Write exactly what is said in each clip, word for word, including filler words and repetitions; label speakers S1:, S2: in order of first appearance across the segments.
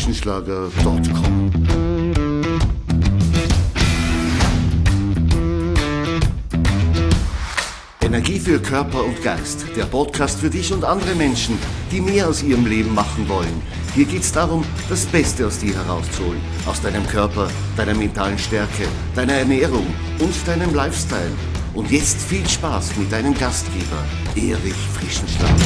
S1: frischenschlager punkt com. Energie für Körper und Geist, der Podcast für dich und andere Menschen, die mehr aus ihrem Leben machen wollen. Hier geht es darum, das Beste aus dir herauszuholen, aus deinem Körper, deiner mentalen Stärke, deiner Ernährung und deinem Lifestyle. Und jetzt viel Spaß mit deinem Gastgeber, Erich Frischenschlager.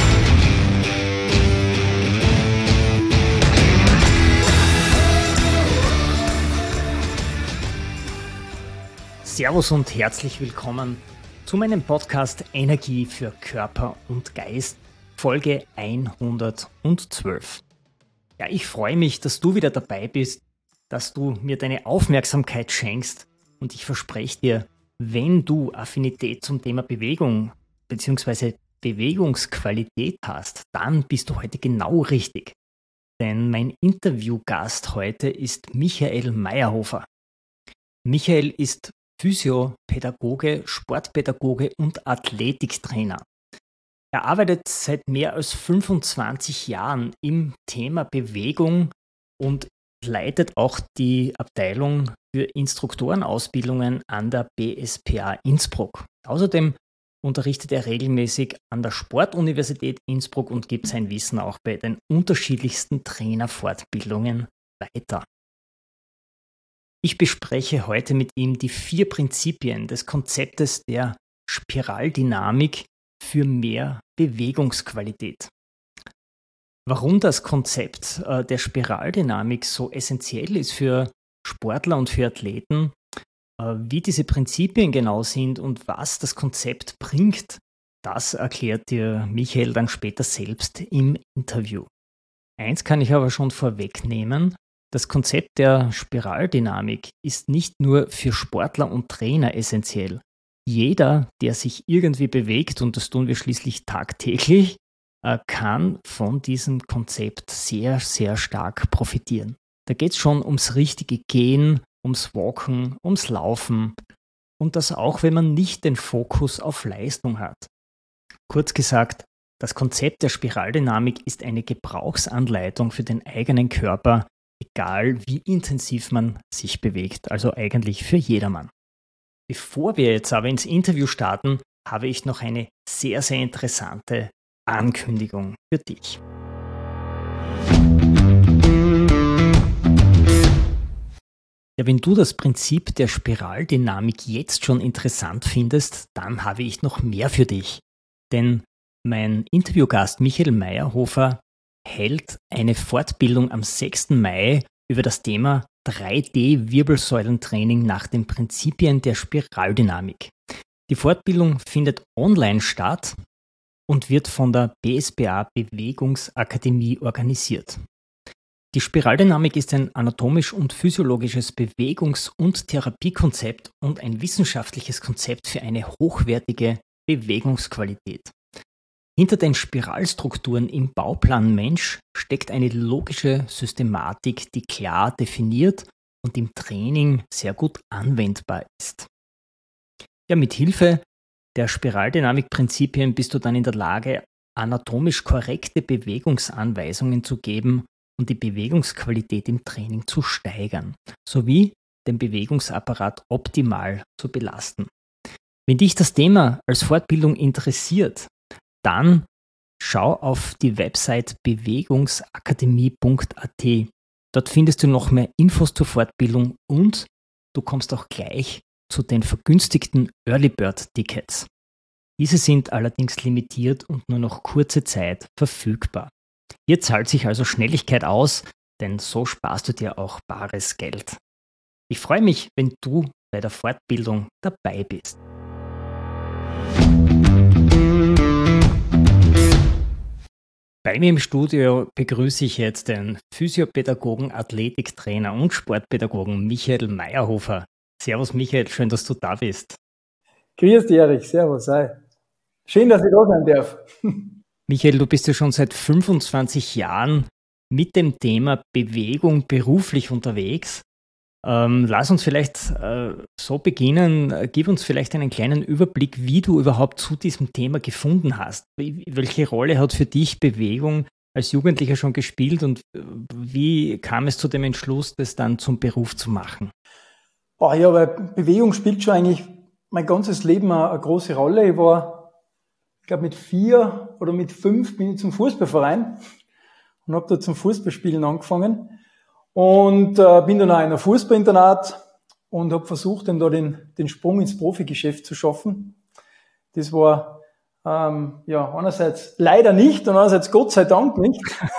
S2: Servus und herzlich willkommen zu meinem Podcast Energie für Körper und Geist, Folge hundertzwölf. Ja, ich freue mich, dass du wieder dabei bist, dass du mir deine Aufmerksamkeit schenkst und ich verspreche dir, wenn du Affinität zum Thema Bewegung bzw. Bewegungsqualität hast, dann bist du heute genau richtig. Denn mein Interviewgast heute ist Michael Meyerhofer. Michael ist Physiopädagoge, Sportpädagoge und Athletiktrainer. Er arbeitet seit mehr als fünfundzwanzig Jahren im Thema Bewegung und leitet auch die Abteilung für Instruktorenausbildungen an der B S P A Innsbruck. Außerdem unterrichtet er regelmäßig an der Sportuniversität Innsbruck und gibt sein Wissen auch bei den unterschiedlichsten Trainerfortbildungen weiter. Ich bespreche heute mit ihm die vier Prinzipien des Konzeptes der Spiraldynamik für mehr Bewegungsqualität. Warum das Konzept äh, der Spiraldynamik so essentiell ist für Sportler und für Athleten, äh, wie diese Prinzipien genau sind und was das Konzept bringt, das erklärt dir Michael dann später selbst im Interview. Eins kann ich aber schon vorwegnehmen: Das Konzept der Spiraldynamik ist nicht nur für Sportler und Trainer essentiell. Jeder, der sich irgendwie bewegt, und das tun wir schließlich tagtäglich, kann von diesem Konzept sehr, sehr stark profitieren. Da geht es schon ums richtige Gehen, ums Walken, ums Laufen und das auch, wenn man nicht den Fokus auf Leistung hat. Kurz gesagt, das Konzept der Spiraldynamik ist eine Gebrauchsanleitung für den eigenen Körper, egal wie intensiv man sich bewegt, also eigentlich für jedermann. Bevor wir jetzt aber ins Interview starten, habe ich noch eine sehr, sehr interessante Ankündigung für dich. Ja, wenn du das Prinzip der Spiraldynamik jetzt schon interessant findest, dann habe ich noch mehr für dich. Denn mein Interviewgast Michael Meyerhofer hält eine Fortbildung am sechsten Mai über das Thema drei D-Wirbelsäulentraining nach den Prinzipien der Spiraldynamik. Die Fortbildung findet online statt und wird von der B S P A Bewegungsakademie organisiert. Die Spiraldynamik ist ein anatomisch und physiologisches Bewegungs- und Therapiekonzept und ein wissenschaftliches Konzept für eine hochwertige Bewegungsqualität. Hinter den Spiralstrukturen im Bauplan Mensch steckt eine logische Systematik, die klar definiert und im Training sehr gut anwendbar ist. Ja, mit Hilfe der Spiraldynamik-Prinzipien bist du dann in der Lage, anatomisch korrekte Bewegungsanweisungen zu geben und die Bewegungsqualität im Training zu steigern, sowie den Bewegungsapparat optimal zu belasten. Wenn dich das Thema als Fortbildung interessiert, dann schau auf die Website bewegungsakademie punkt a t. Dort findest du noch mehr Infos zur Fortbildung und du kommst auch gleich zu den vergünstigten Early Bird Tickets. Diese sind allerdings limitiert und nur noch kurze Zeit verfügbar. Hier zahlt sich also Schnelligkeit aus, denn so sparst du dir auch bares Geld. Ich freue mich, wenn du bei der Fortbildung dabei bist. Bei mir im Studio begrüße ich jetzt den Physiopädagogen, Athletiktrainer und Sportpädagogen Michael Meyerhofer. Servus Michael, schön, dass du da bist.
S3: Grüß dich, Erich, servus, hi. Schön, dass ich da sein darf.
S2: Michael, du bist ja schon seit fünfundzwanzig Jahren mit dem Thema Bewegung beruflich unterwegs. Ähm, lass uns vielleicht äh, so beginnen. Gib uns vielleicht einen kleinen Überblick, wie du überhaupt zu diesem Thema gefunden hast. Welche Rolle hat für dich Bewegung als Jugendlicher schon gespielt und wie kam es zu dem Entschluss, das dann zum Beruf zu machen?
S3: Oh ja, weil Bewegung spielt schon eigentlich mein ganzes Leben eine, eine große Rolle. Ich war, ich glaube mit vier oder mit fünf bin ich zum Fußballverein und habe da zum Fußballspielen angefangen und äh, bin dann auch in einem Fußballinternat und habe versucht, dann da den, den Sprung ins Profigeschäft zu schaffen. Das war ähm, ja einerseits leider nicht und andererseits Gott sei Dank nicht.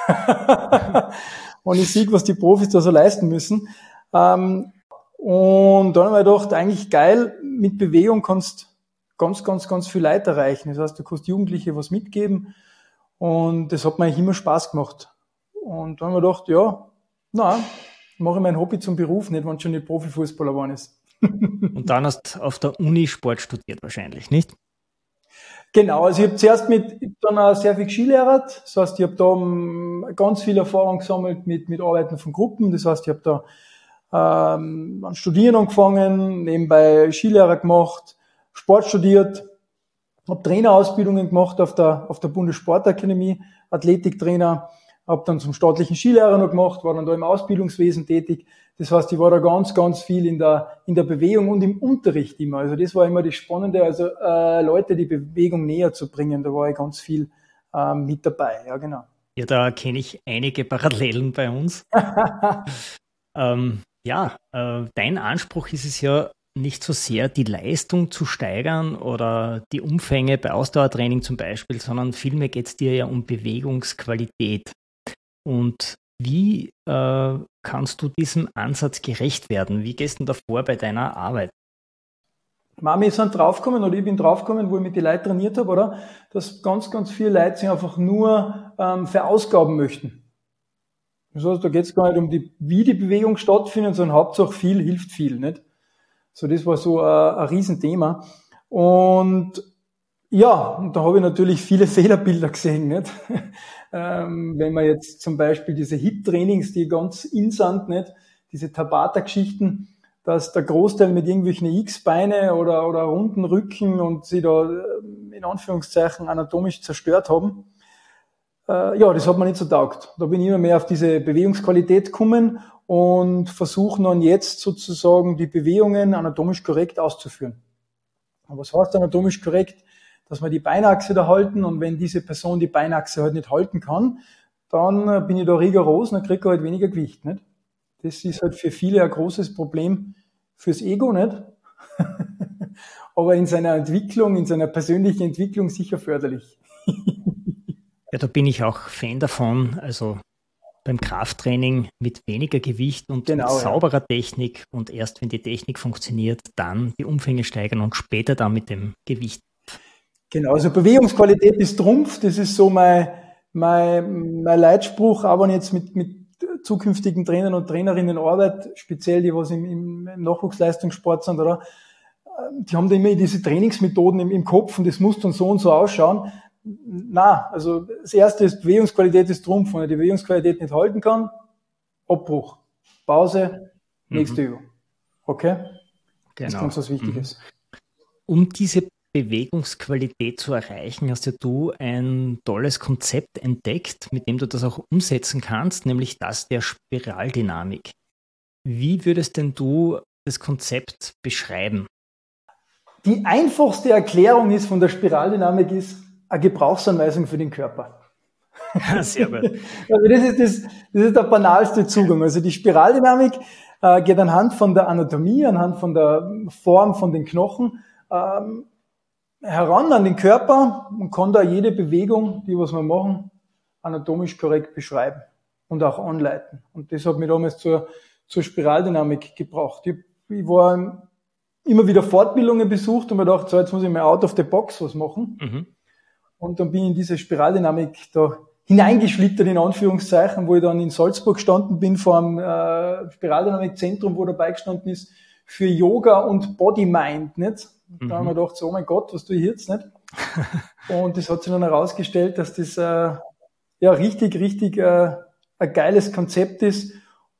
S3: Und ich sehe, was die Profis da so leisten müssen. Ähm, und dann habe ich gedacht, eigentlich geil, mit Bewegung kannst ganz, ganz, ganz viel Leute erreichen. Das heißt, du kannst Jugendliche was mitgeben und das hat mir eigentlich immer Spaß gemacht. Und dann habe ich gedacht, ja, na, mache ich mein Hobby zum Beruf, nicht, wenn schon nicht Profifußballer geworden ist.
S2: Und dann hast du auf der Uni Sport studiert wahrscheinlich, nicht?
S3: Genau, also ich habe zuerst mit, ich hab dann auch sehr viel Skilehrer, das heißt, ich habe da um, ganz viel Erfahrung gesammelt mit, mit Arbeiten von Gruppen, das heißt, ich habe da ähm, an Studieren angefangen, nebenbei Skilehrer gemacht, Sport studiert, habe Trainerausbildungen gemacht auf der, auf der Bundessportakademie, Athletiktrainer, habe dann zum staatlichen Skilehrer noch gemacht, war dann da im Ausbildungswesen tätig. Das heißt, ich war da ganz, ganz viel in der, in der Bewegung und im Unterricht immer. Also das war immer das Spannende, also äh, Leute die Bewegung näher zu bringen. Da war ich ganz viel äh, mit dabei. Ja, genau.
S2: Ja, da kenne ich einige Parallelen bei uns. ähm, ja, äh, dein Anspruch ist es ja nicht so sehr, die Leistung zu steigern oder die Umfänge bei Ausdauertraining zum Beispiel, sondern vielmehr geht es dir ja um Bewegungsqualität. Und wie äh, kannst du diesem Ansatz gerecht werden? Wie gehst du da vor bei deiner Arbeit?
S3: Mami ist dann draufgekommen, oder ich bin draufgekommen, wo ich mit den Leuten trainiert habe, oder? Dass ganz, ganz viele Leute sich einfach nur ähm, verausgaben möchten. Das heißt, da geht es gar nicht um die, wie die Bewegung stattfindet, sondern Hauptsache viel hilft viel, nicht? So, das war so ein, ein Riesenthema. Und ja, und da habe ich natürlich viele Fehlerbilder gesehen, nicht? ähm, wenn man jetzt zum Beispiel diese Hit-Trainings, die ganz in sind, nicht? Diese Tabata-Geschichten, dass der Großteil mit irgendwelchen X-Beine oder, oder runden Rücken und sie da in Anführungszeichen anatomisch zerstört haben. Äh, ja, das hat mir nicht so taugt. Da bin ich immer mehr auf diese Bewegungsqualität gekommen und versuche dann jetzt sozusagen die Bewegungen anatomisch korrekt auszuführen. Und was heißt anatomisch korrekt? Dass wir die Beinachse da halten und wenn diese Person die Beinachse halt nicht halten kann, dann bin ich da rigoros und dann kriege ich halt weniger Gewicht, nicht? Das ist halt für viele ein großes Problem fürs Ego, nicht? Aber in seiner Entwicklung, in seiner persönlichen Entwicklung sicher förderlich.
S2: Ja, da bin ich auch Fan davon, also beim Krafttraining mit weniger Gewicht und
S3: Genau,
S2: mit
S3: ja.
S2: sauberer Technik und erst wenn die Technik funktioniert, dann die Umfänge steigern und später dann mit dem Gewicht.
S3: Genau, also Bewegungsqualität ist Trumpf, das ist so mein, mein, mein Leitspruch, auch wenn ich jetzt mit, mit zukünftigen Trainern und Trainerinnen arbeite, speziell die, was im, im, im Nachwuchsleistungssport sind, oder? Die haben da immer diese Trainingsmethoden im, im Kopf und das muss dann so und so ausschauen. Na, also das erste ist, Bewegungsqualität ist Trumpf. Wenn er die Bewegungsqualität nicht halten kann, Abbruch, Pause, nächste mhm. Übung. Okay?
S2: Genau.
S3: Das ist ganz was Wichtiges.
S2: Um diese Bewegungsqualität zu erreichen, hast ja du ein tolles Konzept entdeckt, mit dem du das auch umsetzen kannst, nämlich das der Spiraldynamik. Wie würdest denn du das Konzept beschreiben?
S3: Die einfachste Erklärung ist von der Spiraldynamik ist eine Gebrauchsanweisung für den Körper.
S2: Sehr gut.
S3: Also das ist, das, das ist der banalste Zugang. Also die Spiraldynamik äh, geht anhand von der Anatomie, anhand von der Form von den Knochen ähm, heran an den Körper und kann da jede Bewegung, die was wir machen, anatomisch korrekt beschreiben und auch anleiten. Und das hat mich damals zur, zur Spiraldynamik gebracht. Ich, ich war immer wieder Fortbildungen besucht und mir gedacht, so, jetzt muss ich mal out of the box was machen. Mhm. Und dann bin ich in diese Spiraldynamik da hineingeschlittert, in Anführungszeichen, wo ich dann in Salzburg gestanden bin vor einem äh, Spiraldynamikzentrum, wo dabei gestanden ist für Yoga und Body Mind, nicht? Mhm. Da haben wir gedacht, so, oh mein Gott, was tue ich jetzt, nicht? Und das hat sich dann herausgestellt, dass das äh, ja richtig, richtig äh, ein geiles Konzept ist,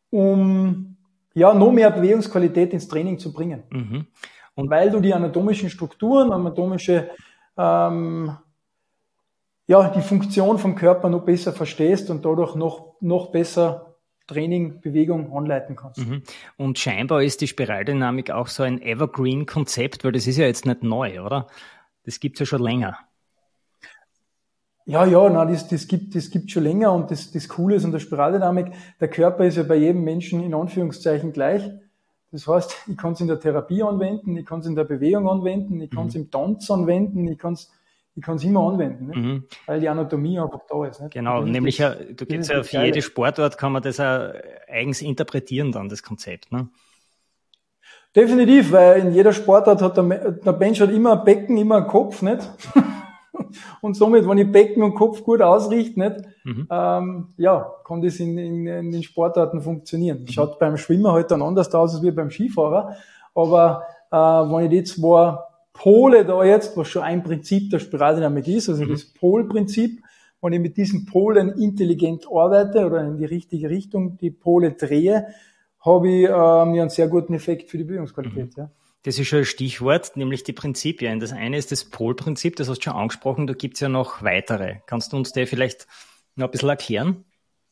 S3: um ja noch mehr Bewegungsqualität ins Training zu bringen. Mhm. Und weil du die anatomischen Strukturen, anatomische ähm, ja, die Funktion vom Körper noch besser verstehst und dadurch noch, noch besser Training, Bewegung anleiten kannst.
S2: Mhm. Und scheinbar ist die Spiraldynamik auch so ein Evergreen-Konzept, weil das ist ja jetzt nicht neu, oder? Das gibt's ja schon länger.
S3: Ja, ja, nein, das, das gibt, das gibt schon länger und das, das Coole ist an der Spiraldynamik, der Körper ist ja bei jedem Menschen in Anführungszeichen gleich. Das heißt, ich kann es in der Therapie anwenden, ich kann es in der Bewegung anwenden, ich kann es mhm. im Tanz anwenden, ich kann es ich kann es immer anwenden, ne? Mhm. Weil die Anatomie einfach da ist. Nicht?
S2: Genau, nämlich das, ja, du gehst ja für jede Sportart, kann man das auch eigens interpretieren dann, das Konzept. Ne?
S3: Definitiv, weil in jeder Sportart hat der, der Mensch hat immer ein Becken, immer einen Kopf, nicht? Und somit, wenn ich Becken und Kopf gut ausrichte, nicht, mhm. ähm, ja, kann das in, in, in den Sportarten funktionieren. Mhm. Schaut beim Schwimmer halt dann anders aus als wie beim Skifahrer, aber äh, wenn ich die zwei Pole da jetzt, was schon ein Prinzip der Spiraldynamik ist, also mhm. das Polprinzip, wenn ich mit diesen Polen intelligent arbeite oder in die richtige Richtung die Pole drehe, habe ich ähm, ja einen sehr guten Effekt für die Bewegungsqualität. Mhm. Ja.
S2: Das ist schon ein Stichwort, nämlich die Prinzipien. Das eine ist das Polprinzip, das hast du schon angesprochen, da gibt's ja noch weitere. Kannst du uns die vielleicht noch ein bisschen erklären?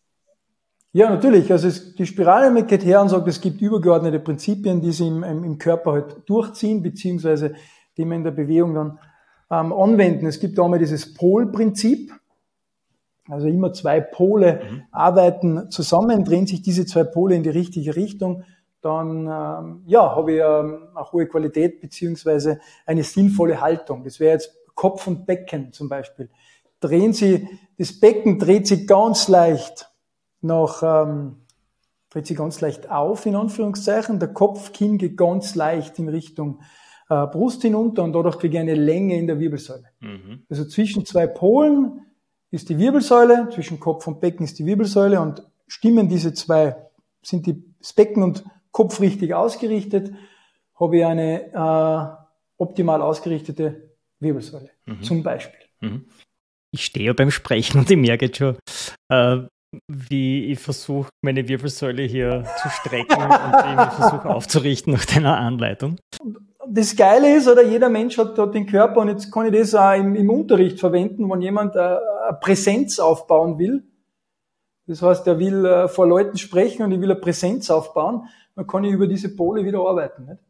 S3: Ja, natürlich. Also es, die Spiraldynamik geht her und sagt, es gibt übergeordnete Prinzipien, die sich im, im Körper halt durchziehen, beziehungsweise die wir in der Bewegung dann ähm, anwenden. Es gibt da einmal dieses Polprinzip, also immer zwei Pole mhm. arbeiten zusammen, drehen sich diese zwei Pole in die richtige Richtung, dann ähm, ja, habe ich ähm, eine hohe Qualität beziehungsweise eine sinnvolle Haltung. Das wäre jetzt Kopf und Becken zum Beispiel. Drehen Sie, das Becken dreht sich ganz leicht nach, ähm, dreht sich ganz leicht auf, in Anführungszeichen. Der Kopf, Kinn geht ganz leicht in Richtung Brust hinunter und dadurch kriege ich eine Länge in der Wirbelsäule. Mhm. Also zwischen zwei Polen ist die Wirbelsäule, zwischen Kopf und Becken ist die Wirbelsäule und stimmen diese zwei, sind die, das Becken und Kopf richtig ausgerichtet, habe ich eine äh, optimal ausgerichtete Wirbelsäule, mhm. zum Beispiel.
S2: Mhm. Ich stehe ja beim Sprechen und ich merke jetzt schon, äh, wie ich versuche, meine Wirbelsäule hier zu strecken und wie ich versuche aufzurichten nach deiner Anleitung.
S3: Das Geile ist, oder jeder Mensch hat dort den Körper und jetzt kann ich das auch im, im Unterricht verwenden, wenn jemand äh, eine Präsenz aufbauen will. Das heißt, er will äh, vor Leuten sprechen und ich will eine Präsenz aufbauen, dann kann ich über diese Pole wieder arbeiten. Nicht?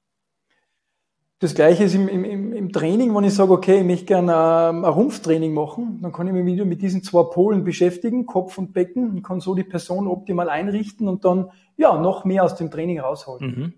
S3: Das Gleiche ist im, im, im Training, wenn ich sage, okay, ich möchte gerne ähm, ein Rumpftraining machen, dann kann ich mich wieder mit diesen zwei Polen beschäftigen, Kopf und Becken, und kann so die Person optimal einrichten und dann ja noch mehr aus dem Training rausholen. Mhm.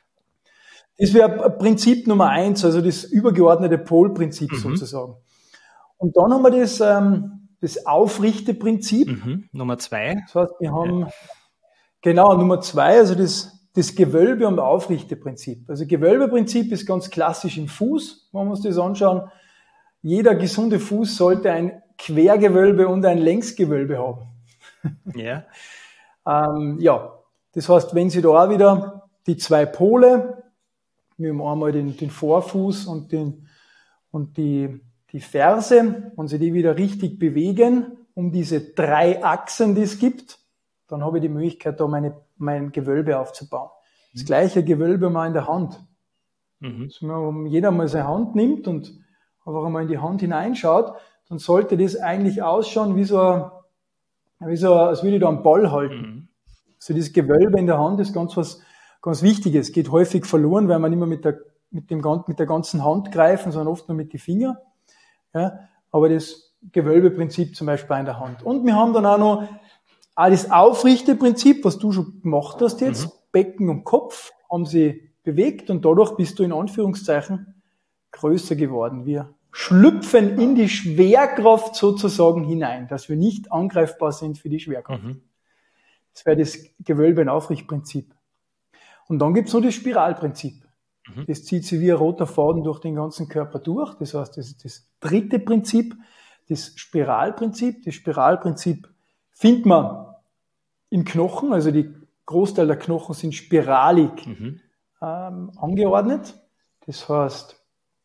S3: Das wäre Prinzip Nummer eins, also das übergeordnete Polprinzip mhm. sozusagen. Und dann haben wir das, ähm, das Aufrichteprinzip.
S2: Mhm. Nummer zwei.
S3: Das heißt, wir haben, ja. genau, Nummer zwei, also das, das Gewölbe- und Aufrichteprinzip. Also Gewölbeprinzip ist ganz klassisch im Fuß, wenn wir uns das anschauen. Jeder gesunde Fuß sollte ein Quergewölbe und ein Längsgewölbe haben.
S2: Ja.
S3: ähm, ja, das heißt, wenn Sie da auch wieder die zwei Pole, wir haben einmal den, den Vorfuß und, den, und die, die Ferse. Wenn Sie die wieder richtig bewegen, um diese drei Achsen, die es gibt, dann habe ich die Möglichkeit, da meine, mein Gewölbe aufzubauen. Das gleiche Gewölbe mal in der Hand. Mhm. Also wenn jeder mal seine Hand nimmt und einfach einmal in die Hand hineinschaut, dann sollte das eigentlich ausschauen wie so, ein, wie so ein, als würde ich da einen Ball halten. Mhm. Also dieses Gewölbe in der Hand ist ganz was ganz Wichtiges, geht häufig verloren, weil man immer mit der, mit dem, mit der ganzen Hand greifen, sondern oft nur mit den Fingern. Ja, aber das Gewölbeprinzip zum Beispiel in der Hand. Und wir haben dann auch noch auch das Aufrichteprinzip, was du schon gemacht hast jetzt. Mhm. Becken und Kopf haben sie bewegt und dadurch bist du in Anführungszeichen größer geworden. Wir schlüpfen in die Schwerkraft sozusagen hinein, dass wir nicht angreifbar sind für die Schwerkraft. Mhm. Das wäre das Gewölbe- und Aufrichtprinzip. Und dann gibt's noch das Spiralprinzip. Mhm. Das zieht sich wie ein roter Faden durch den ganzen Körper durch. Das heißt, das ist das dritte Prinzip, das Spiralprinzip. Das Spiralprinzip findet man im Knochen, also die Großteil der Knochen sind spiralig mhm. ähm, angeordnet. Das heißt,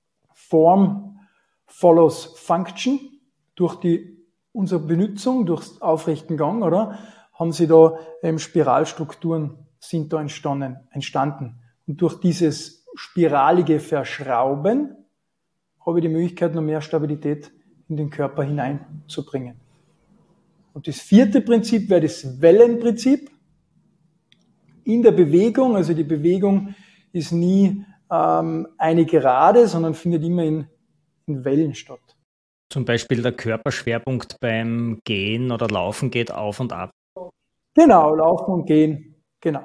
S3: Form follows Function. Durch die, unsere Benutzung, durch aufrechten Gang, oder, haben sie da ähm, Spiralstrukturen sind da entstanden, entstanden. Und durch dieses spiralige Verschrauben habe ich die Möglichkeit, noch mehr Stabilität in den Körper hineinzubringen. Und das vierte Prinzip wäre das Wellenprinzip. In der Bewegung, also die Bewegung ist nie ähm, eine Gerade, sondern findet immer in, in Wellen statt.
S2: Zum Beispiel der Körperschwerpunkt beim Gehen oder Laufen geht auf und ab.
S3: Genau, Laufen und Gehen, genau.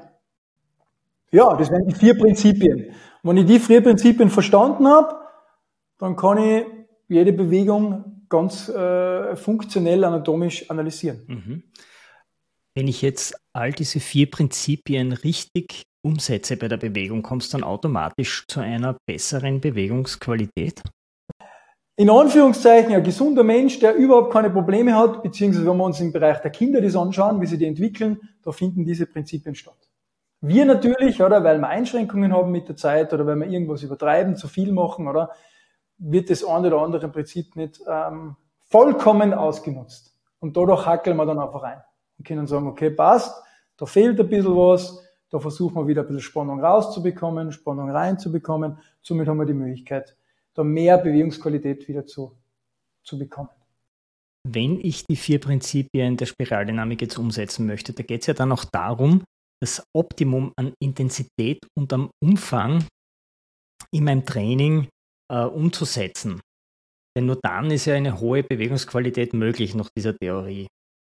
S3: Ja, das wären die vier Prinzipien. Und wenn ich die vier Prinzipien verstanden habe, dann kann ich jede Bewegung ganz äh, funktionell anatomisch analysieren.
S2: Mhm. Wenn ich jetzt all diese vier Prinzipien richtig umsetze bei der Bewegung, kommst du dann automatisch zu einer besseren Bewegungsqualität?
S3: In Anführungszeichen ein gesunder Mensch, der überhaupt keine Probleme hat, beziehungsweise wenn wir uns im Bereich der Kinder das anschauen, wie sie die entwickeln, da finden diese Prinzipien statt. Wir natürlich, oder, weil wir Einschränkungen haben mit der Zeit oder weil wir irgendwas übertreiben, zu viel machen, oder, wird das eine oder andere Prinzip nicht ähm, vollkommen ausgenutzt. Und dadurch hackeln wir dann einfach ein und können sagen, okay, passt, da fehlt ein bisschen was, da versuchen wir wieder ein bisschen Spannung rauszubekommen, Spannung reinzubekommen, somit haben wir die Möglichkeit, da mehr Bewegungsqualität wieder zu, zu bekommen.
S2: Wenn ich die vier Prinzipien der Spiraldynamik jetzt umsetzen möchte, da geht es ja dann auch darum, das Optimum an Intensität und am Umfang in meinem Training äh, umzusetzen. Denn nur dann ist ja eine hohe Bewegungsqualität möglich nach dieser Theorie.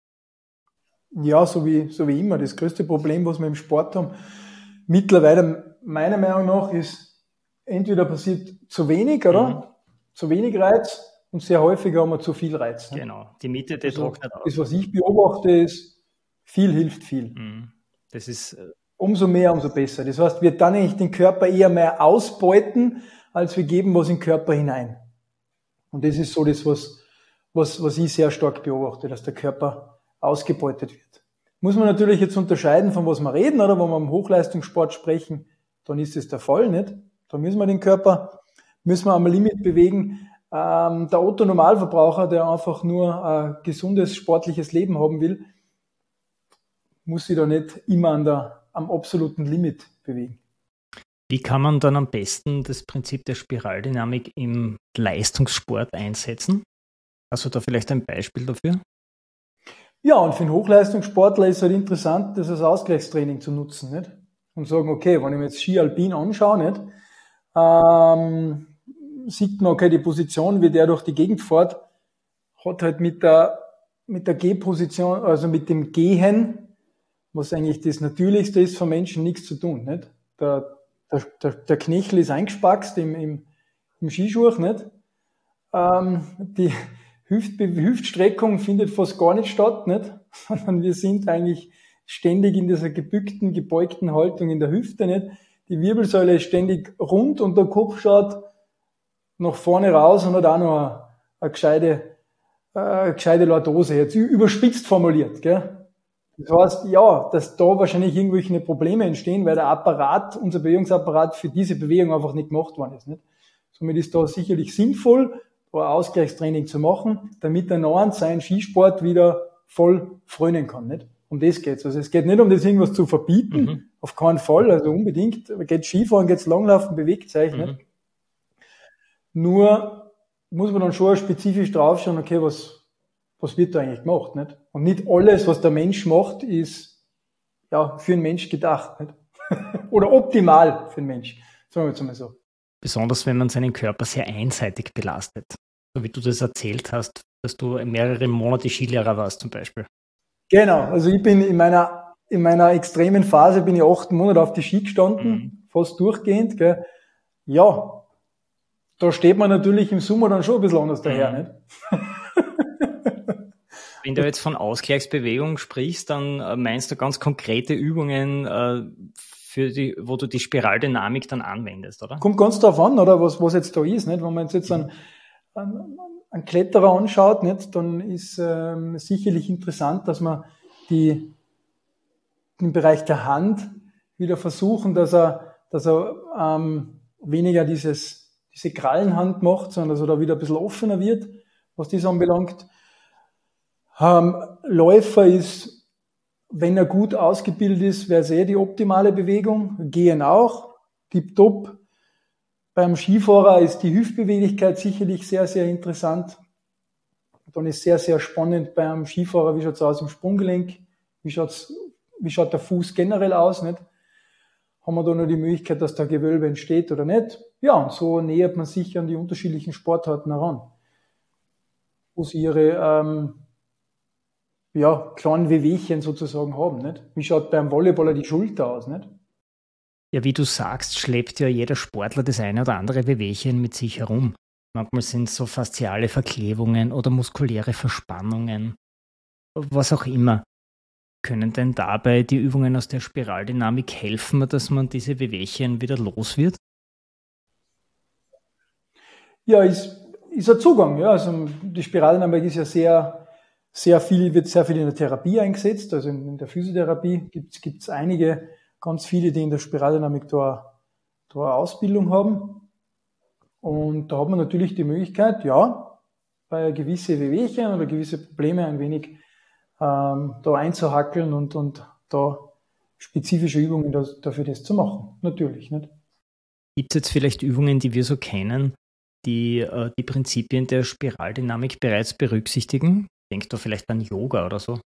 S3: Ja, so wie, so wie immer. Das größte Problem, was wir im Sport haben, mittlerweile meiner Meinung nach, ist, entweder passiert zu wenig, oder? Mhm. Zu wenig Reiz, und sehr häufig haben wir zu viel Reiz. Ne?
S2: Genau, die Mitte, die
S3: also,
S2: trocknet aus.
S3: Das, was ich beobachte, ist, viel hilft viel.
S2: Mhm. Das ist äh
S3: umso mehr, umso besser. Das heißt, wir dann eigentlich den Körper eher mehr ausbeuten, als wir geben was in den Körper hinein. Und das ist so das, was, was, was ich sehr stark beobachte, dass der Körper ausgebeutet wird. Muss man natürlich jetzt unterscheiden, von was wir reden, oder? Wenn wir im Hochleistungssport sprechen, dann ist es der Fall, nicht? Da müssen wir den Körper, müssen wir am Limit bewegen. Ähm, der Otto-Normalverbraucher, der einfach nur ein gesundes, sportliches Leben haben will, muss sich da nicht immer an der, am absoluten Limit bewegen.
S2: Wie kann man dann am besten das Prinzip der Spiraldynamik im Leistungssport einsetzen? Hast du da vielleicht ein Beispiel dafür?
S3: Ja, und für einen Hochleistungssportler ist es halt interessant, das als Ausgleichstraining zu nutzen, nicht? Und sagen, okay, wenn ich mir jetzt Ski Alpin anschaue, nicht, ähm, sieht man, okay, die Position, wie der durch die Gegend fährt, hat halt mit der, mit der Gehposition, also mit dem Gehen, was eigentlich das Natürlichste ist für Menschen, nichts zu tun, nicht? Der, der, der, der Knöchel ist eingespackst im, im, im Skischuh, nicht? Ähm, die Hüft, Hüftstreckung findet fast gar nicht statt, nicht? Sondern wir sind eigentlich ständig in dieser gebückten, gebeugten Haltung in der Hüfte, nicht? Die Wirbelsäule ist ständig rund und der Kopf schaut nach vorne raus und hat auch noch eine, eine gescheite, eine gescheite Lordose, jetzt überspitzt formuliert, gell? Das heißt, ja, dass da wahrscheinlich irgendwelche Probleme entstehen, weil der Apparat, unser Bewegungsapparat für diese Bewegung einfach nicht gemacht worden ist, nicht? Somit ist da sicherlich sinnvoll, da ein Ausgleichstraining zu machen, damit er nachher seinen Skisport wieder voll frönen kann, nicht? Um das geht's. Also es geht nicht um das irgendwas zu verbieten, mhm. auf keinen Fall, also unbedingt. Geht Skifahren, geht's Langlaufen, bewegt sich, mhm. nicht? Nur muss man dann schon spezifisch draufschauen, okay, was, was wird da eigentlich gemacht, nicht? Und nicht alles, was der Mensch macht, ist, ja, für den Mensch gedacht, nicht? Oder optimal für den Mensch, sagen wir jetzt mal so.
S2: Besonders wenn man seinen Körper sehr einseitig belastet. So wie du das erzählt hast, dass du mehrere Monate Skilehrer warst zum Beispiel.
S3: Genau, also ich bin in meiner, in meiner extremen Phase bin ich acht Monate auf die Ski gestanden, mhm. fast durchgehend, gell. Ja, da steht man natürlich im Sommer dann schon ein bisschen anders daher, mhm. nicht?
S2: Wenn du jetzt von Ausgleichsbewegung sprichst, dann meinst du ganz konkrete Übungen, für die, wo du die Spiraldynamik dann anwendest, oder?
S3: Kommt ganz drauf an, oder, was, was jetzt da ist, nicht? Wenn man jetzt, jetzt einen, einen, einen Kletterer anschaut, nicht? Dann ist ähm, sicherlich interessant, dass man die, im Bereich der Hand wieder versuchen, dass er, dass er ähm, weniger dieses, diese Krallenhand macht, sondern dass er da wieder ein bisschen offener wird, was das anbelangt. Ähm, Läufer ist, wenn er gut ausgebildet ist, wäre sehr die optimale Bewegung. Gehen auch, tipptopp. Beim Skifahrer ist die Hüftbeweglichkeit sicherlich sehr, sehr interessant. dann ist sehr, sehr spannend beim Skifahrer, wie schaut's aus im Sprunggelenk, wie schaut's, wie schaut der Fuß generell aus, nicht? Haben wir da noch die Möglichkeit, dass da Gewölbe entsteht oder nicht? Ja, und so nähert man sich an die unterschiedlichen Sportarten heran, wo sie ihre ähm, ja, kleinen Wehwehchen sozusagen haben, nicht? Wie schaut beim Volleyballer die Schulter aus, nicht?
S2: Ja, wie du sagst, schleppt ja jeder Sportler das eine oder andere Wehwehchen mit sich herum. Manchmal sind es so fasziale Verklebungen oder muskuläre Verspannungen, was auch immer. Können denn dabei die Übungen aus der Spiraldynamik helfen, dass man diese Wehwehchen wieder los wird?
S3: Ja, ist, ist ein Zugang. Ja. Also die Spiraldynamik ist ja sehr, sehr viel, wird sehr viel in der Therapie eingesetzt. Also in, in der Physiotherapie gibt es einige, ganz viele, die in der Spiraldynamik da, da eine Ausbildung haben. Und da hat man natürlich die Möglichkeit, ja, bei gewisse Wehwehchen oder gewisse Probleme ein wenig ähm, da einzuhackeln und, und da spezifische Übungen das, dafür das zu machen. Natürlich, nicht?
S2: Gibt es jetzt vielleicht Übungen, die wir so kennen, die äh, die Prinzipien der Spiraldynamik bereits berücksichtigen? Denkst du vielleicht an Yoga oder so?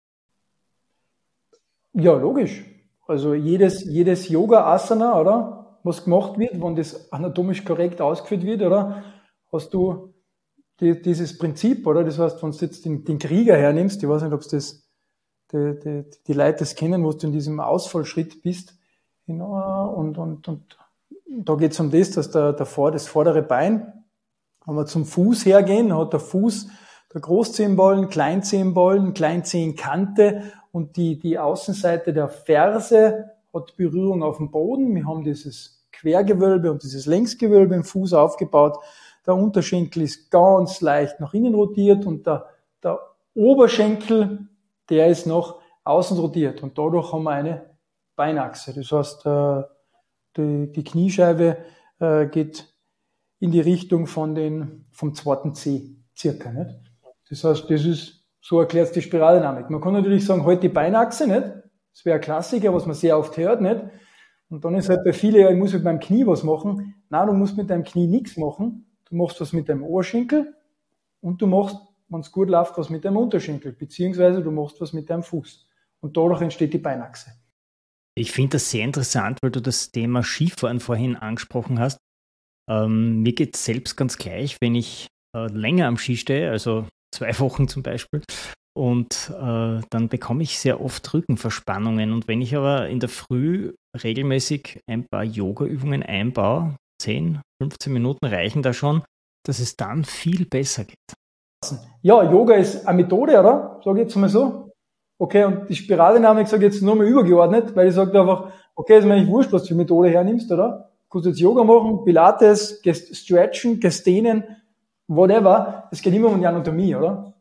S3: Ja, logisch. Also jedes, jedes Yoga-Asana, oder? Was gemacht wird, wenn das anatomisch korrekt ausgeführt wird, oder? Hast du die, dieses Prinzip, oder? Das heißt, wenn du jetzt den, den Krieger hernimmst, ich weiß nicht, ob es das, die, die, die Leute das kennen, wo du in diesem Ausfallschritt bist, und, und, und da geht es um das, dass der, der vor, das vordere Bein, wenn wir zum Fuß hergehen, hat der Fuß der Großzehenballen, Kleinzehenballen, Kleinzehenkante und die, die Außenseite der Ferse hat Berührung auf dem Boden. Wir haben dieses Quergewölbe und dieses Längsgewölbe im Fuß aufgebaut. Der Unterschenkel ist ganz leicht nach innen rotiert und der, der Oberschenkel, der ist noch außen rotiert. Und dadurch haben wir eine Beinachse. Das heißt, die, die Kniescheibe geht in die Richtung von den, vom zweiten Zeh circa, nicht? Das heißt, das ist, so erklärt die Spiraldynamik. Man kann natürlich sagen, halt die Beinachse, nicht? Das wäre ein Klassiker, was man sehr oft hört, nicht? Und dann ist halt bei vielen, ja, ich muss mit meinem Knie was machen. Nein, du musst mit deinem Knie nichts machen. Du machst was mit deinem Oberschenkel und du machst, wenn es gut läuft, was mit deinem Unterschenkel, beziehungsweise du machst was mit deinem Fuß. Und dadurch entsteht die Beinachse.
S2: Ich finde das sehr interessant, weil du das Thema Skifahren vorhin angesprochen hast. Ähm, mir geht es selbst ganz gleich, wenn ich äh, länger am Ski stehe, also zwei Wochen zum Beispiel, und äh, dann bekomme ich sehr oft Rückenverspannungen. Und wenn ich aber in der Früh regelmäßig ein paar Yoga-Übungen einbaue, zehn, fünfzehn Minuten reichen da schon, dass es dann viel besser geht.
S3: Ja, Yoga ist eine Methode, oder? Sage ich jetzt mal so. Okay, und die Spiraldynamik sage ich jetzt nur mal übergeordnet, weil ich sage einfach, okay, ist mir eigentlich wurscht, was du für Methode hernimmst, oder? Du kannst jetzt Yoga machen, Pilates, Stretchen, Gestehnen, whatever. Es geht immer um die Anatomie, oder?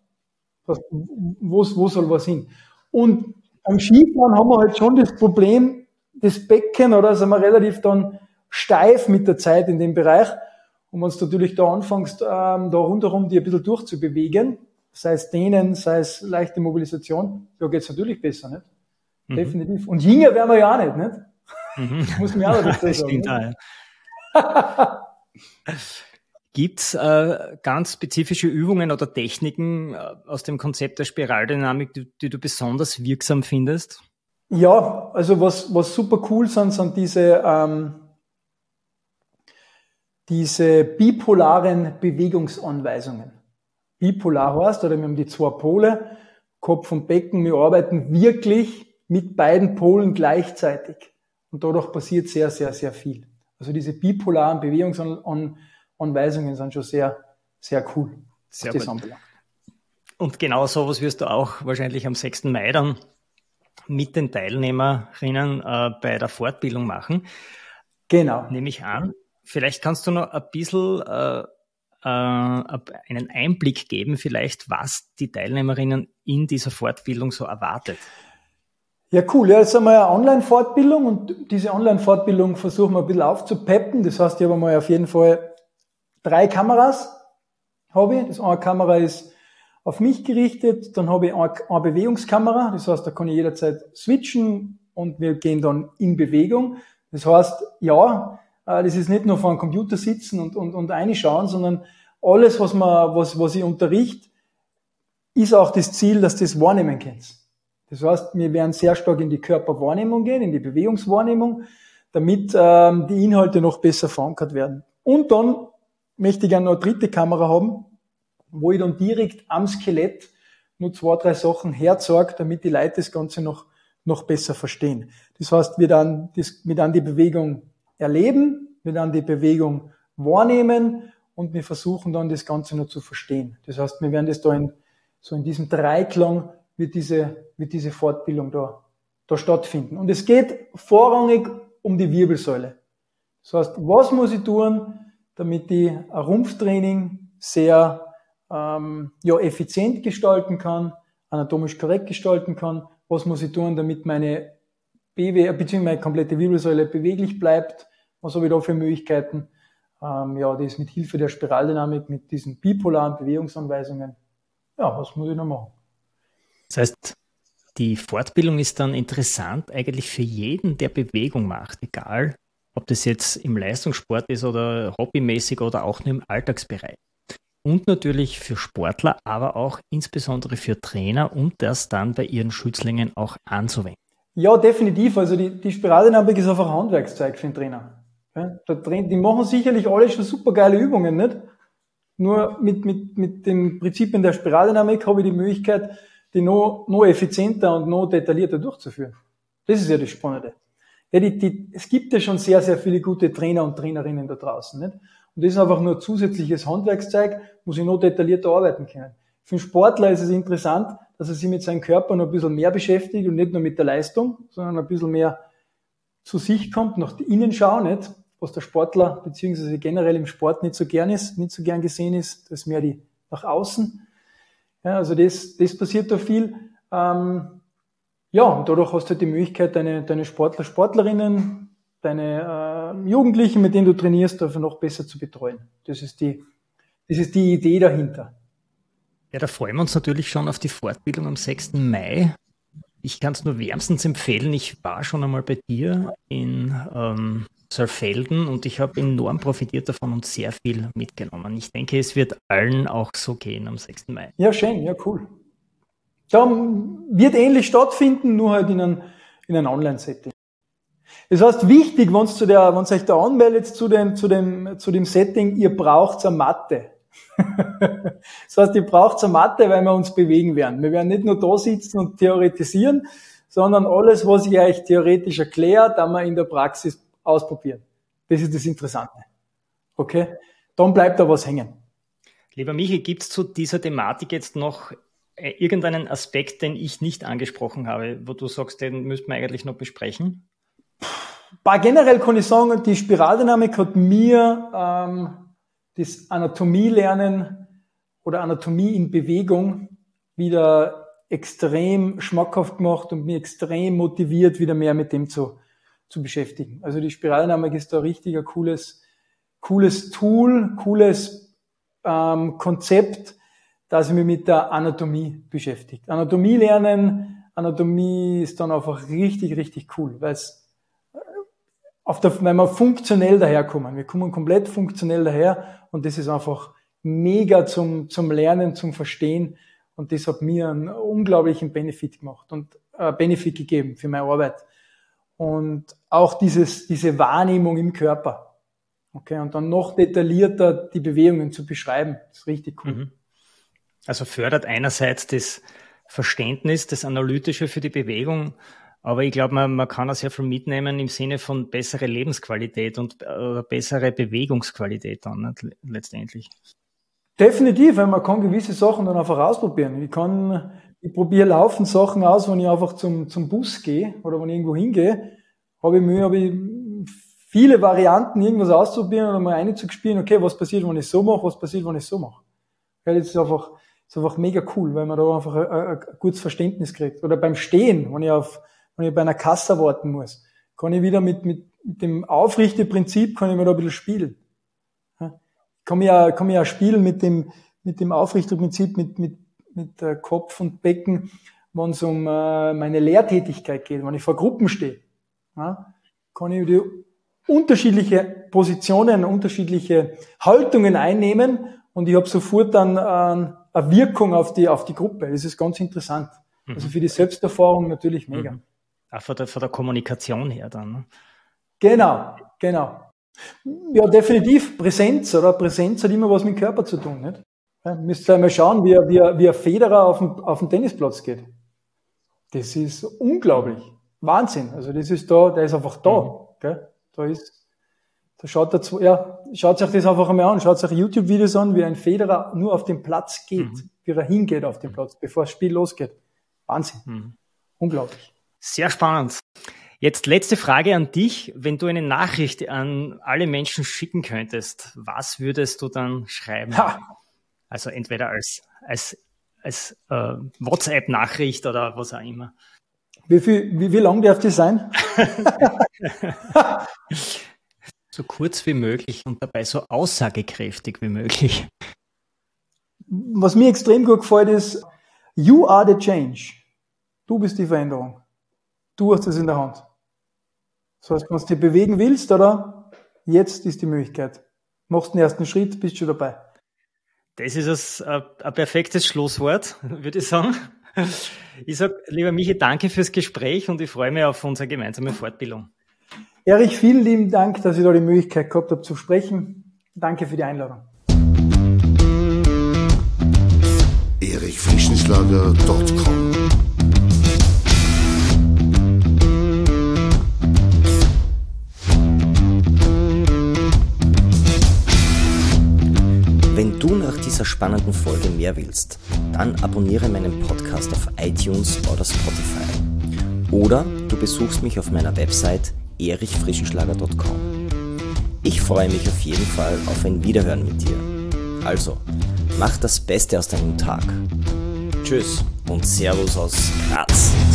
S3: Wo, wo soll was hin? Und am Skifahren haben wir halt schon das Problem, das Becken, oder sind wir relativ dann steif mit der Zeit in dem Bereich. Und wenn du natürlich da anfängst, ähm, da rundherum die ein bisschen durchzubewegen, sei es Dehnen, sei es leichte Mobilisation, da geht's natürlich besser, nicht? Mhm. Definitiv. Und jünger werden wir ja auch nicht, nicht?
S2: Mhm.
S3: Muss man ja auch dazu sagen.
S2: Stimmt, ja. Gibt es äh, ganz spezifische Übungen oder Techniken äh, aus dem Konzept der Spiraldynamik, die, die du besonders wirksam findest?
S3: Ja, also was, was super cool sind, sind diese, ähm, diese bipolaren Bewegungsanweisungen. Bipolar heißt, oder wir haben die zwei Pole, Kopf und Becken, wir arbeiten wirklich mit beiden Polen gleichzeitig. Und dadurch passiert sehr, sehr, sehr viel. Also diese bipolaren Bewegungsanweisungen sind schon sehr, sehr cool.
S2: Sehr gut. Und genau sowas wirst du auch wahrscheinlich am sechsten Mai dann mit den Teilnehmerinnen äh, bei der Fortbildung machen.
S3: Genau.
S2: Nehme ich an. Vielleicht kannst du noch ein bisschen äh, äh, einen Einblick geben, vielleicht, was die Teilnehmerinnen in dieser Fortbildung so erwartet.
S3: Ja, cool. Ja, jetzt haben wir eine Online-Fortbildung und diese Online-Fortbildung versuchen wir ein bisschen aufzupeppen. Das heißt, ich habe mal auf jeden Fall drei Kameras, habe ich. Das eine Kamera ist auf mich gerichtet, dann habe ich eine, eine Bewegungskamera, das heißt, da kann ich jederzeit switchen und wir gehen dann in Bewegung. Das heißt, ja, das ist nicht nur vor einem Computer sitzen und, und, und reinschauen, sondern alles, was man, was, was ich unterrichte, ist auch das Ziel, dass du das wahrnehmen kannst. Das heißt, wir werden sehr stark in die Körperwahrnehmung gehen, in die Bewegungswahrnehmung, damit ähm, die Inhalte noch besser verankert werden. Und dann möchte ich gerne noch eine dritte Kamera haben, wo ich dann direkt am Skelett nur zwei, drei Sachen herzeige, damit die Leute das Ganze noch, noch besser verstehen. Das heißt, wir dann, das, wir dann die Bewegung erleben, wir dann die Bewegung wahrnehmen und wir versuchen dann das Ganze noch zu verstehen. Das heißt, wir werden das da in, so in diesem Dreiklang wird diese, wird diese Fortbildung da, da stattfinden. Und es geht vorrangig um die Wirbelsäule. Das heißt, was muss ich tun, damit ich ein Rumpftraining sehr ähm, ja, effizient gestalten kann, anatomisch korrekt gestalten kann? Was muss ich tun, damit meine B W, beziehungsweise meine komplette Wirbelsäule beweglich bleibt? Was habe ich da für Möglichkeiten? Ähm, ja, das mit Hilfe der Spiraldynamik, mit diesen bipolaren Bewegungsanweisungen. Ja, was muss ich noch machen?
S2: Das heißt, die Fortbildung ist dann interessant eigentlich für jeden, der Bewegung macht, egal ob das jetzt im Leistungssport ist oder hobbymäßig oder auch nur im Alltagsbereich. Und natürlich für Sportler, aber auch insbesondere für Trainer, um das dann bei ihren Schützlingen auch anzuwenden.
S3: Ja, definitiv. Also die, die Spiraldynamik ist einfach ein Handwerkszeug für den Trainer. Ja, der Trainer, die machen sicherlich alle schon super geile Übungen, nicht? Nur mit, mit, mit den Prinzipien der Spiraldynamik habe ich die Möglichkeit, die noch, noch effizienter und noch detaillierter durchzuführen. Das ist ja das Spannende. Ja, die, die, es gibt ja schon sehr, sehr viele gute Trainer und Trainerinnen da draußen, nicht? Und das ist einfach nur ein zusätzliches Handwerkszeug, wo sie noch detaillierter arbeiten können. Für einen Sportler ist es interessant, dass er sich mit seinem Körper noch ein bisschen mehr beschäftigt und nicht nur mit der Leistung, sondern ein bisschen mehr zu sich kommt, nach innen schauen, nicht? Was der Sportler beziehungsweise generell im Sport nicht so gern ist, nicht so gern gesehen ist, das ist mehr die nach außen. Ja, also das, das passiert da viel. Ähm, ja, und dadurch hast du halt die Möglichkeit, deine, deine Sportler, Sportlerinnen, deine äh, Jugendlichen, mit denen du trainierst, dafür noch besser zu betreuen. Das ist die, das ist die Idee dahinter.
S2: Ja, da freuen wir uns natürlich schon auf die Fortbildung am sechsten Mai. Ich kann es nur wärmstens empfehlen. Ich war schon einmal bei dir in ähm, Saalfelden und ich habe enorm profitiert davon und sehr viel mitgenommen. Ich denke, es wird allen auch so gehen am sechsten Mai.
S3: Ja, schön, ja, cool. Da wird ähnlich stattfinden, nur halt in einem, in einem Online-Setting. Das heißt, wichtig, wenn es zu der, wenn es euch da anmeldet zu dem, zu dem, zu dem Setting, ihr braucht eine Matte. Das heißt, ihr braucht eine Matte, weil wir uns bewegen werden. Wir werden nicht nur da sitzen und theoretisieren, sondern alles, was ich euch theoretisch erkläre, dann wir in der Praxis ausprobieren. Das ist das Interessante. Okay? Dann bleibt da was hängen.
S2: Lieber Michi, gibt es zu dieser Thematik jetzt noch irgendeinen Aspekt, den ich nicht angesprochen habe, wo du sagst, den müssten wir eigentlich noch besprechen?
S3: Bei generell kann ich sagen, die Spiraldynamik hat mir ähm, das Anatomielernen oder Anatomie in Bewegung wieder extrem schmackhaft gemacht und mich extrem motiviert, wieder mehr mit dem zu, zu beschäftigen. Also die Spiraldynamik ist da richtig ein cooles, cooles Tool, cooles ähm, Konzept, das mich mit der Anatomie beschäftigt. Anatomie lernen, Anatomie ist dann einfach richtig, richtig cool, weil es auf der, weil wir funktionell daherkommen. Wir kommen komplett funktionell daher und das ist einfach mega zum, zum Lernen, zum Verstehen und das hat mir einen unglaublichen Benefit gemacht und äh, Benefit gegeben für meine Arbeit. Und auch dieses, diese Wahrnehmung im Körper. Okay, und dann noch detaillierter die Bewegungen zu beschreiben, das ist richtig cool.
S2: Mhm. Also fördert einerseits das Verständnis, das Analytische für die Bewegung, aber ich glaube, man, man kann auch sehr viel mitnehmen im Sinne von bessere Lebensqualität und äh, bessere Bewegungsqualität dann nicht, letztendlich.
S3: Definitiv, weil man kann gewisse Sachen dann einfach ausprobieren. Ich kann, ich probiere laufend Sachen aus, wenn ich einfach zum, zum Bus gehe oder wenn ich irgendwo hingehe, habe ich Mühe, habe ich viele Varianten, irgendwas auszuprobieren oder mal einzuspielen, okay, was passiert, wenn ich so mache, was passiert, wenn ich so mache. Weil das ist einfach, das ist einfach mega cool, weil man da einfach ein, ein, ein gutes Verständnis kriegt. Oder beim Stehen, wenn ich auf, wenn ich bei einer Kasse warten muss, kann ich wieder mit, mit, mit dem Aufrichteprinzip, kann ich mir da ein bisschen spielen. Ich kann mich ja, kann mich ja spielen mit dem, mit dem Aufrichteprinzip, mit, mit, mit äh, Kopf und Becken, wenn es um äh, meine Lehrtätigkeit geht, wenn ich vor Gruppen stehe. Ja, kann ich die unterschiedliche Positionen, unterschiedliche Haltungen einnehmen und ich habe sofort dann äh, eine Wirkung auf die, auf die Gruppe. Das ist ganz interessant. Mhm. Also für die Selbsterfahrung natürlich mega.
S2: Mhm. Auch von der, von der Kommunikation her dann. Ne?
S3: Genau, genau. Ja, definitiv Präsenz, oder? Präsenz hat immer was mit dem Körper zu tun, nicht? Ja, müsst ihr einmal schauen, wie, wie, wie ein Federer auf den, auf den Tennisplatz geht. Das ist unglaublich. Wahnsinn. Also das ist da, der ist einfach da. Mhm. Gell? Da ist, da schaut er zu, ja, schaut euch das einfach einmal an, schaut euch YouTube-Videos an, wie ein Federer nur auf den Platz geht, mhm. wie er hingeht auf den Platz, bevor das Spiel losgeht. Wahnsinn. Mhm. Unglaublich.
S2: Sehr spannend. Jetzt letzte Frage an dich. Wenn du eine Nachricht an alle Menschen schicken könntest, was würdest du dann schreiben? Ha. Also entweder als, als, als äh, WhatsApp-Nachricht oder was auch immer.
S3: Wie viel, wie, wie lang darf die sein?
S2: So kurz wie möglich und dabei so aussagekräftig wie möglich.
S3: Was mir extrem gut gefällt ist, you are the change. Du bist die Veränderung. Du hast es in der Hand. Das heißt, wenn du dich bewegen willst, oder? Jetzt ist die Möglichkeit. Machst den ersten Schritt, bist schon dabei.
S2: Das ist das, äh, ein perfektes Schlusswort, würde ich sagen. Ich sage, lieber Michi, danke fürs Gespräch und ich freue mich auf unsere gemeinsame Fortbildung.
S3: Erich, vielen lieben Dank, dass ich da die Möglichkeit gehabt habe zu sprechen. Danke für die Einladung.
S1: erich frischenschlager punkt com
S4: Wenn du nach dieser spannenden Folge mehr willst, dann abonniere meinen Podcast auf iTunes oder Spotify. Oder du besuchst mich auf meiner Website erich frischenschlager punkt com. Ich freue mich auf jeden Fall auf ein Wiederhören mit dir. Also, mach das Beste aus deinem Tag. Tschüss und Servus aus Graz.